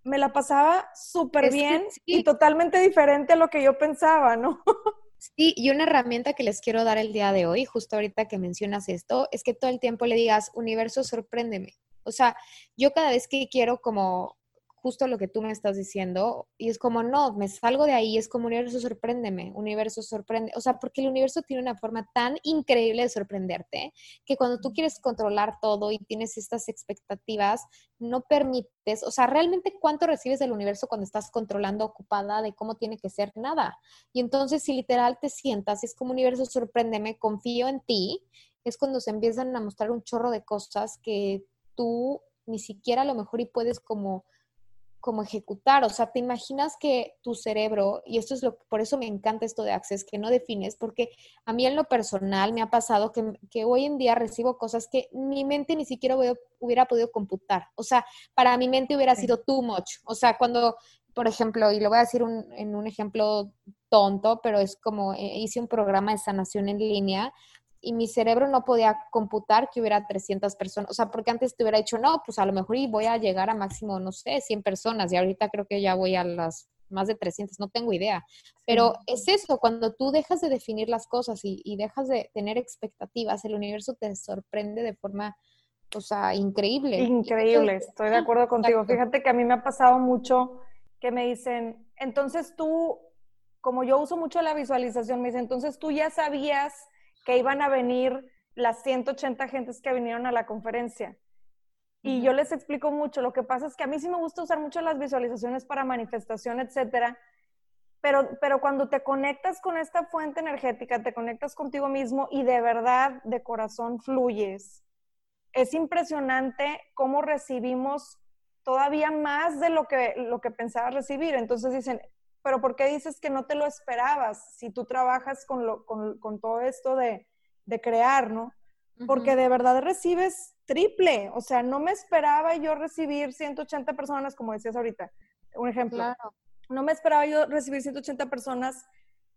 me la pasaba súper Es bien que sí. y totalmente diferente a lo que yo pensaba, ¿no? Sí, y una herramienta que les quiero dar el día de hoy, justo ahorita que mencionas esto, es que todo el tiempo le digas, universo, sorpréndeme. O sea, yo cada vez que quiero como justo lo que tú me estás diciendo, y es como, no, me salgo de ahí, es como, universo, sorpréndeme, universo, sorprende. O sea, porque el universo tiene una forma tan increíble de sorprenderte, que cuando tú quieres controlar todo y tienes estas expectativas, no permites, o sea, realmente cuánto recibes del universo cuando estás controlando, ocupada de cómo tiene que ser, nada. Y entonces si literal te sientas, es como universo, sorpréndeme, confío en ti, es cuando se empiezan a mostrar un chorro de cosas que tú ni siquiera a lo mejor y puedes como como ejecutar, o sea, te imaginas que tu cerebro, y esto es lo que, por eso me encanta esto de Access, que no defines, porque a mí en lo personal me ha pasado que, que hoy en día recibo cosas que mi mente ni siquiera hubiera, hubiera podido computar, o sea, para mi mente hubiera sido too much, o sea, cuando, por ejemplo, y lo voy a decir un, en un ejemplo tonto, pero es como eh, hice un programa de sanación en línea, y mi cerebro no podía computar que hubiera trescientas personas, o sea, porque antes te hubiera dicho, no, pues a lo mejor y voy a llegar a máximo, no sé, cien personas, y ahorita creo que ya voy a las más de trescientas, no tengo idea, pero sí. Es eso, cuando tú dejas de definir las cosas y, y dejas de tener expectativas, el universo te sorprende de forma, o sea, increíble. Increíble, entonces, estoy de acuerdo contigo. Exacto. Fíjate que a mí me ha pasado mucho que me dicen, entonces tú, como yo uso mucho la visualización, me dicen, entonces tú ya sabías que iban a venir las ciento ochenta gentes que vinieron a la conferencia. Y uh-huh. yo les explico mucho. Lo que pasa es que a mí sí me gusta usar mucho las visualizaciones para manifestación, etcétera. Pero, pero cuando te conectas con esta fuente energética, te conectas contigo mismo y de verdad, de corazón, fluyes. Es impresionante cómo recibimos todavía más de lo que, lo que pensabas recibir. Entonces dicen, pero ¿por qué dices que no te lo esperabas si tú trabajas con, lo, con, con todo esto de, de crear, ¿no? Porque uh-huh. de verdad recibes triple. O sea, no me esperaba yo recibir ciento ochenta personas, como decías ahorita. Un ejemplo. Claro. No me esperaba yo recibir ciento ochenta personas,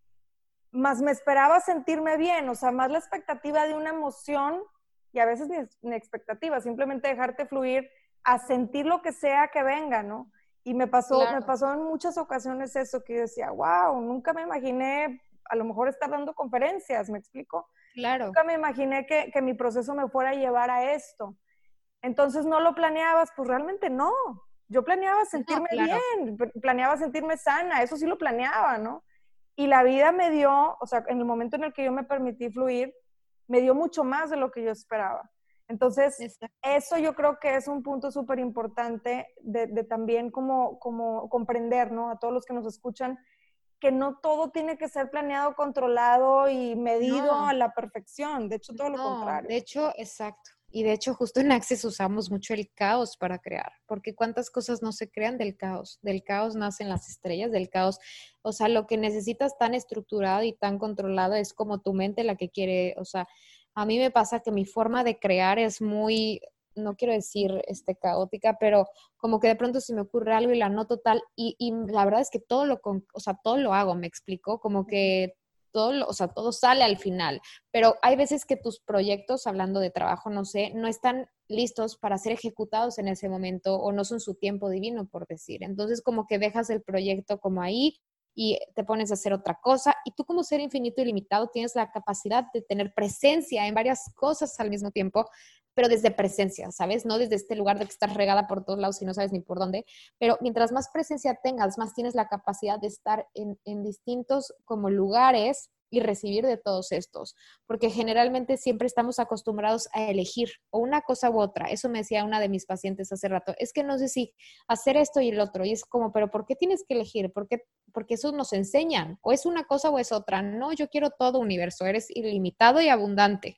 más me esperaba sentirme bien. O sea, más la expectativa de una emoción y a veces ni, ni expectativa, simplemente dejarte fluir a sentir lo que sea que venga, ¿no? Y me pasó, claro. me pasó en muchas ocasiones eso, que yo decía, wow, nunca me imaginé a lo mejor estar dando conferencias, ¿me explico? Claro. Nunca me imaginé que, que mi proceso me fuera a llevar a esto. Entonces, ¿no lo planeabas? Pues realmente no. Yo planeaba sentirme no, claro. bien, planeaba sentirme sana, eso sí lo planeaba, ¿no? Y la vida me dio, o sea, en el momento en el que yo me permití fluir, me dio mucho más de lo que yo esperaba. Entonces, exacto. Eso yo creo que es un punto súper importante de, de también como, como comprender, ¿no? A todos los que nos escuchan, que no todo tiene que ser planeado, controlado y medido no. a la perfección. De hecho, todo no, lo contrario. De hecho, exacto. Y de hecho, justo en Access usamos mucho el caos para crear, porque cuántas cosas no se crean del caos. Del caos nacen las estrellas, del caos. O sea, lo que necesitas tan estructurado y tan controlado es como tu mente la que quiere, o sea, a mí me pasa que mi forma de crear es muy, no quiero decir este, caótica, pero como que de pronto se me ocurre algo y la anoto tal, y, y la verdad es que todo lo, o sea, todo lo hago, me explico, como que todo, lo, o sea, todo sale al final, pero hay veces que tus proyectos, hablando de trabajo, no sé, no están listos para ser ejecutados en ese momento o no son su tiempo divino, por decir. Entonces, como que dejas el proyecto como ahí y te pones a hacer otra cosa. Y tú como ser infinito y limitado tienes la capacidad de tener presencia en varias cosas al mismo tiempo, pero desde presencia, ¿sabes? No desde este lugar de que estás regada por todos lados y no sabes ni por dónde. Pero mientras más presencia tengas, más tienes la capacidad de estar en, en distintos como lugares y recibir de todos estos, porque generalmente siempre estamos acostumbrados a elegir o una cosa u otra. Eso me decía una de mis pacientes hace rato, es que no sé si hacer esto y el otro, y es como, pero ¿por qué tienes que elegir? ¿Por qué? Porque eso nos enseñan, o es una cosa o es otra. No, yo quiero todo universo, eres ilimitado y abundante,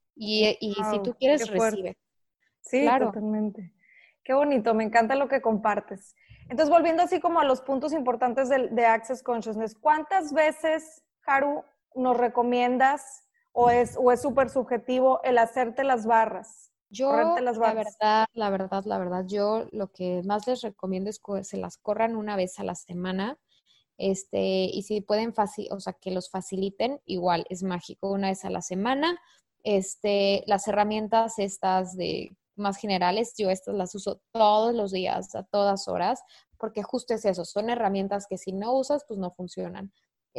y, y wow, si tú quieres, recibe. Sí, claro. Totalmente. Qué bonito, me encanta lo que compartes. Entonces, volviendo así como a los puntos importantes de, de Access Consciousness, ¿cuántas veces, Haru, nos recomiendas o es o es súper subjetivo el hacerte las barras? Yo, las barras? la verdad, la verdad, la verdad, yo lo que más les recomiendo es que se las corran una vez a la semana, este, y si pueden, faci- o sea, que los faciliten, igual, es mágico, una vez a la semana. Este, las herramientas estas de más generales, yo estas las uso todos los días, a todas horas, porque justo es eso, son herramientas que si no usas, pues no funcionan.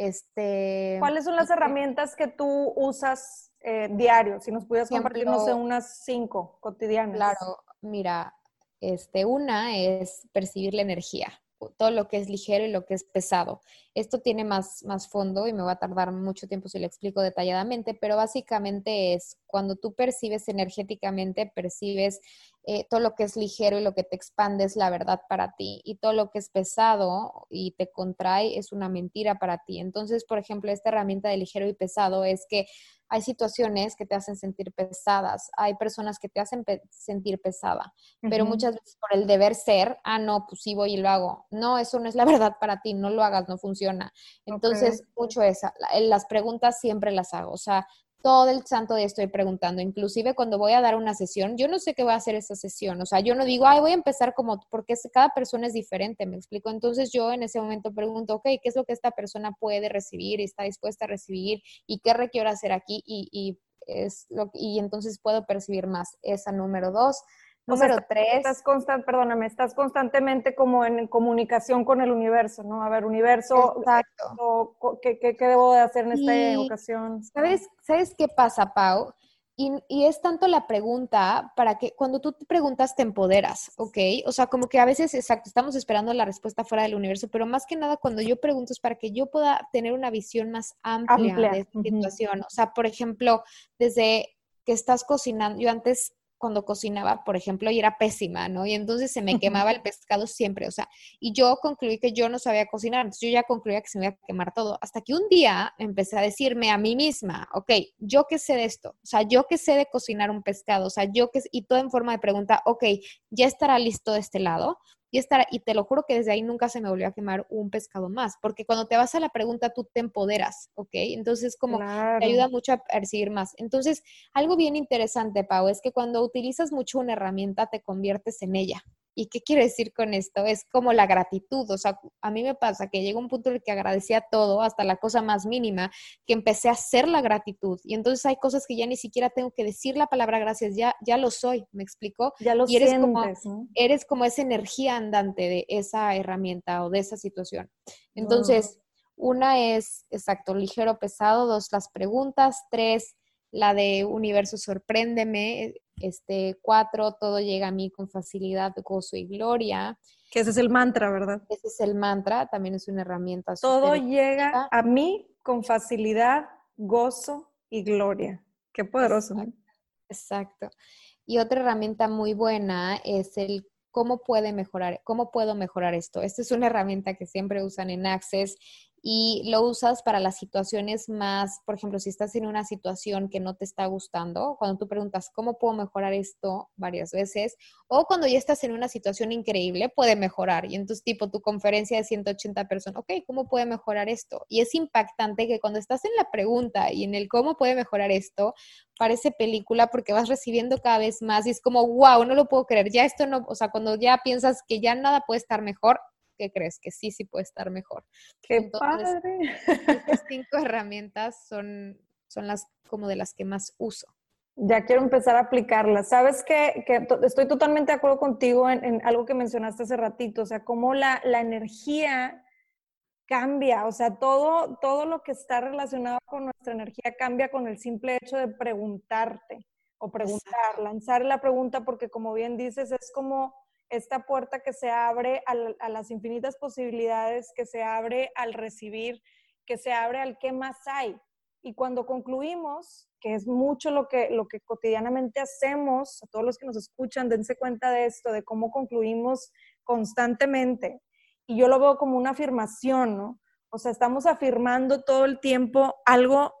Este, ¿Cuáles son las herramientas que tú usas eh, diario? Si nos pudieras compartir, no sé, ejemplo, unas cinco cotidianas. claro, mira, este, una es percibir la energía, todo lo que es ligero y lo que es pesado. Esto tiene más, más fondo y me va a tardar mucho tiempo si lo explico detalladamente, pero básicamente es cuando tú percibes energéticamente, percibes eh, todo lo que es ligero y lo que te expande es la verdad para ti, y todo lo que es pesado y te contrae es una mentira para ti. Entonces, por ejemplo, esta herramienta de ligero y pesado es que hay situaciones que te hacen sentir pesadas, hay personas que te hacen pe- sentir pesada, pero Uh-huh. muchas veces por el deber ser, ah, no, pues sí voy y lo hago. No, eso no es la verdad para ti, no lo hagas, no funciona. Okay. Entonces, mucho esa, la- las preguntas siempre las hago, o sea, todo el santo día estoy preguntando, inclusive cuando voy a dar una sesión, yo no sé qué voy a hacer esa sesión, o sea, yo no digo, ay, voy a empezar como, porque es- cada persona es diferente, me explico. Entonces yo en ese momento pregunto, ok, ¿qué es lo que esta persona puede recibir y está dispuesta a recibir y qué requiero hacer aquí? Y, y es lo, y entonces puedo percibir más. Esa número dos. O sea, Número estás, estás tres. constant, perdóname, estás constantemente como en comunicación con el universo, ¿no? A ver, universo, Exacto. esto, ¿qué, qué, qué debo de hacer en esta Y ocasión? ¿sabes, sabes qué pasa, Pau? Y, y es tanto la pregunta para que cuando tú te preguntas te empoderas, ¿ok? O sea, como que a veces, exacto, estamos esperando la respuesta fuera del universo, pero más que nada cuando yo pregunto es para que yo pueda tener una visión más amplia de Amplia. esta Uh-huh. situación. O sea, por ejemplo, desde que estás cocinando, yo antes cuando cocinaba, por ejemplo, y era pésima, ¿no? Y entonces se me Uh-huh. quemaba el pescado siempre, o sea, y yo concluí que yo no sabía cocinar, entonces yo ya concluía que se me iba a quemar todo, hasta que un día empecé a decirme a mí misma, ok, yo qué sé de esto, o sea, yo qué sé de cocinar un pescado, o sea, yo qué, y todo en forma de pregunta, ok, ya estará listo de este lado, y, estará, y te lo juro que desde ahí nunca se me volvió a quemar un pescado más, porque cuando te vas a la pregunta tú te empoderas, ok, entonces como te Claro. ayuda mucho a percibir más. Entonces, algo bien interesante, Pau, es que cuando utilizas mucho una herramienta te conviertes en ella. ¿Y qué quiero decir con esto? Es como la gratitud, o sea, a mí me pasa que llega un punto en el que agradecía todo, hasta la cosa más mínima, que empecé a hacer la gratitud. Y entonces hay cosas que ya ni siquiera tengo que decir la palabra gracias, ya, ya lo soy, ¿me explico? Ya lo Y eres como, sientes, ¿no? eres como esa energía andante de esa herramienta o de esa situación. Wow. Entonces, una es, exacto, ligero, pesado. Dos, las preguntas. Tres, la de universo sorpréndeme. Este, cuatro, todo llega a mí con facilidad, gozo y gloria. Que ese es el mantra, ¿verdad? Ese es el mantra, también es una herramienta Todo súper llega efectiva. a mí con facilidad, gozo y gloria. Qué poderoso, ¿no? Exacto, exacto. Y otra herramienta muy buena es el cómo puede mejorar, cómo puedo mejorar esto. Esta es una herramienta que siempre usan en Access y lo usas para las situaciones más, por ejemplo, si estás en una situación que no te está gustando, cuando tú preguntas cómo puedo mejorar esto varias veces, o cuando ya estás en una situación increíble, puede mejorar. Y entonces, tipo, tu conferencia de ciento ochenta personas, ok, ¿cómo puede mejorar esto? Y es impactante que cuando estás en la pregunta y en el cómo puede mejorar esto, parece película porque vas recibiendo cada vez más y es como, wow, no lo puedo creer, ya esto no, o sea, cuando ya piensas que ya nada puede estar mejor, ¿qué crees? Que sí, sí puede estar mejor. Qué Entonces, padre. estas cinco herramientas son, son las como de las que más uso. Ya quiero empezar a aplicarlas. Sabes que, que to- estoy totalmente de acuerdo contigo en, en algo que mencionaste hace ratito, o sea, cómo la, la energía cambia, o sea, todo, todo lo que está relacionado con nuestra energía cambia con el simple hecho de preguntarte o preguntar, Exacto. lanzar la pregunta, porque como bien dices, es como esta puerta que se abre a, a las infinitas posibilidades, que se abre al recibir, que se abre al qué más hay. Y cuando concluimos, que es mucho lo que, lo que cotidianamente hacemos, a todos los que nos escuchan, dense cuenta de esto, de cómo concluimos constantemente. Y yo lo veo como una afirmación, ¿no? O sea, estamos afirmando todo el tiempo algo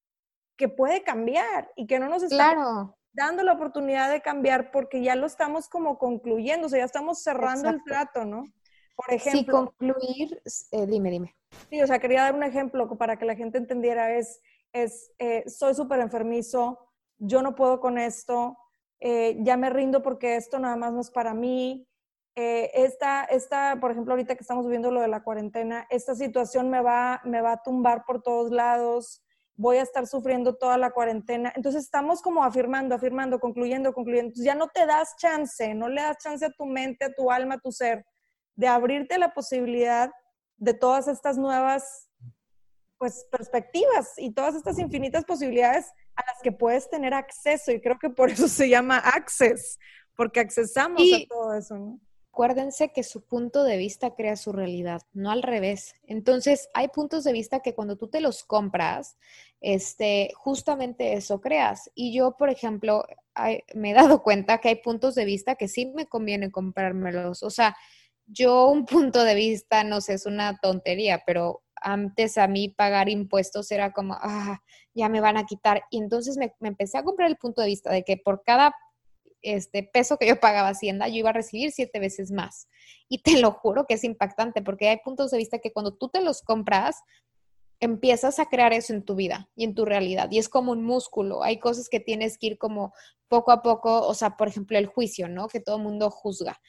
que puede cambiar y que no nos está Claro, dando la oportunidad de cambiar porque ya lo estamos como concluyendo, o sea, ya estamos cerrando el exacto. trato, ¿no? Por Sí, ejemplo, concluir, eh, dime, dime. sí, o sea, quería dar un ejemplo para que la gente entendiera, es, es eh, soy súper enfermizo, yo no puedo con esto, eh, ya me rindo porque esto nada más no es para mí. Eh, esta, esta, por ejemplo, ahorita que estamos viviendo lo de la cuarentena, esta situación me va, me va a tumbar por todos lados, voy a estar sufriendo toda la cuarentena. Entonces estamos como afirmando, afirmando, concluyendo, concluyendo. Entonces ya no te das chance, no le das chance a tu mente, a tu alma, a tu ser, de abrirte la posibilidad de todas estas nuevas pues, perspectivas y todas estas infinitas posibilidades a las que puedes tener acceso. Y creo que por eso se llama Access, porque accesamos y a todo eso, ¿no? Acuérdense que su punto de vista crea su realidad, no al revés. Entonces, hay puntos de vista que cuando tú te los compras, este, justamente eso creas. Y yo, por ejemplo, hay, me he dado cuenta que hay puntos de vista que sí me conviene comprármelos. O sea, yo un punto de vista, no sé, es una tontería, pero antes a mí pagar impuestos era como, ah, ya me van a quitar. Y entonces me, me empecé a comprar el punto de vista de que por cada este peso que yo pagaba Hacienda, yo iba a recibir siete veces más. Y te lo juro que es impactante, porque hay puntos de vista que cuando tú te los compras, empiezas a crear eso en tu vida y en tu realidad. Y es como un músculo. Hay cosas que tienes que ir como poco a poco, o sea, por ejemplo, el juicio, ¿no? Que todo el mundo juzga.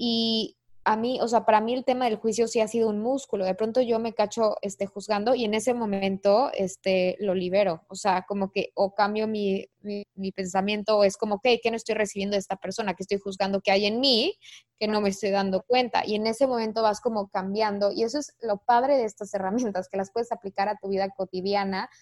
Y a mí, o sea, para mí el tema del juicio sí ha sido un músculo. De pronto yo me cacho este, juzgando y en ese momento este, lo libero. O sea, como que o cambio mi, mi, mi pensamiento o es como, ok, ¿qué no estoy recibiendo de esta persona? ¿Qué estoy juzgando que hay en mí que no me estoy dando cuenta? Y en ese momento vas como cambiando. Y eso es lo padre de estas herramientas, que las puedes aplicar a tu vida cotidiana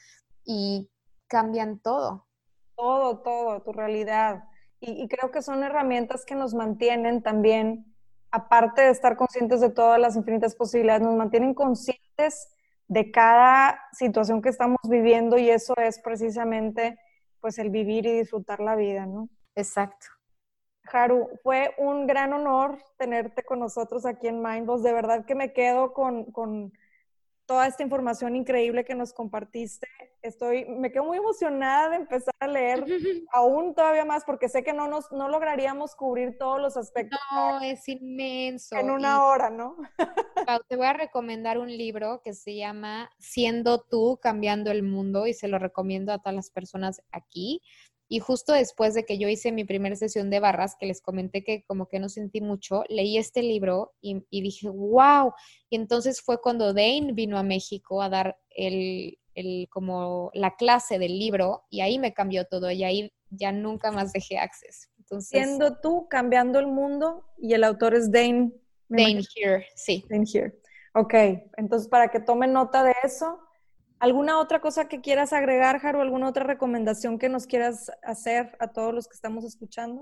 y cambian todo. Todo, todo, tu realidad. Y, y creo que son herramientas que nos mantienen también, aparte de estar conscientes de todas las infinitas posibilidades, nos mantienen conscientes de cada situación que estamos viviendo y eso es precisamente pues el vivir y disfrutar la vida, ¿no? Exacto. Haru, fue un gran honor tenerte con nosotros aquí en Mindboss. De verdad que me quedo con, con toda esta información increíble que nos compartiste. Estoy, me quedo muy emocionada de empezar a leer aún todavía más, porque sé que no, nos, no lograríamos cubrir todos los aspectos. No, es inmenso. En una y, hora, ¿no? Pau, te voy a recomendar un libro que se llama Siendo tú, cambiando el mundo, y se lo recomiendo a todas las personas aquí. Y justo después de que yo hice mi primera sesión de barras, que les comenté que como que no sentí mucho, leí este libro y, y dije, wow. Y entonces fue cuando Dane vino a México a dar el, el, como la clase del libro y ahí me cambió todo y ahí ya nunca más dejé Access. Entonces, Siendo tú, cambiando el mundo, y el autor es Dane. Dane Here, sí. Dane Here. Ok, entonces para que tomen nota de eso. ¿Alguna otra cosa que quieras agregar, Haru? ¿Alguna otra recomendación que nos quieras hacer a todos los que estamos escuchando?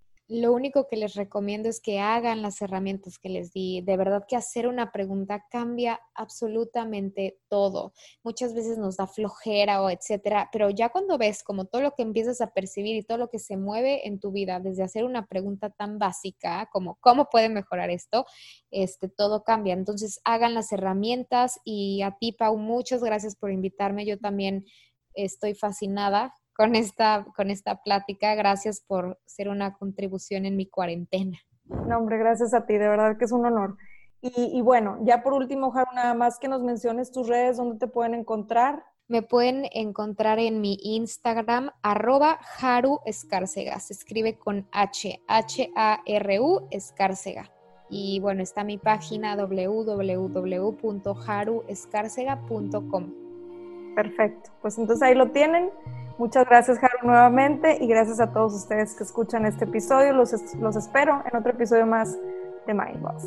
Lo único que les recomiendo es que hagan las herramientas que les di. De verdad que hacer una pregunta cambia absolutamente todo. Muchas veces nos da flojera o etcétera, pero ya cuando ves como todo lo que empiezas a percibir y todo lo que se mueve en tu vida, desde hacer una pregunta tan básica como ¿cómo puede mejorar esto? Este, todo cambia. Entonces hagan las herramientas y a ti, Pau, muchas gracias por invitarme. Yo también estoy fascinada con esta, con esta plática. Gracias por ser una contribución en mi cuarentena. No, hombre, gracias a ti, de verdad que es un honor. Y, y bueno, ya por último, Haru, nada más que nos menciones tus redes, ¿dónde te pueden encontrar? Me pueden encontrar en mi Instagram, arroba Haru Escárcega. Se escribe con H, H A R U, Escárcega. Y bueno, está mi página doble u doble u doble u punto haru escárcega punto com. Perfecto, pues entonces ahí lo tienen. Muchas gracias, Haru, nuevamente, y gracias a todos ustedes que escuchan este episodio. Los, los espero en otro episodio más de Mindboss.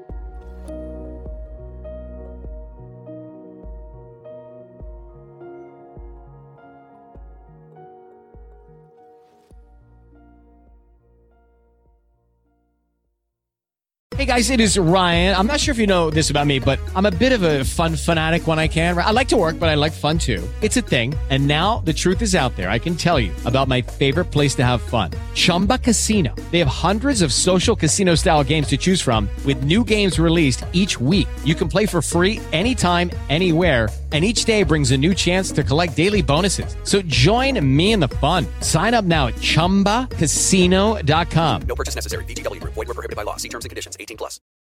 Hey guys, it is Ryan. I'm not sure if you know this about me, but I'm a bit of a fun fanatic when I can. I like to work, but I like fun too. It's a thing. And now the truth is out there. I can tell you about my favorite place to have fun. Chumba Casino. They have hundreds of social casino style games to choose from with new games released each week. You can play for free anytime, anywhere. And each day brings a new chance to collect daily bonuses. So join me in the fun. Sign up now at chumba casino dot com. No purchase necessary. V G W Group. Void where prohibited by law. See terms and conditions. eighteen plus.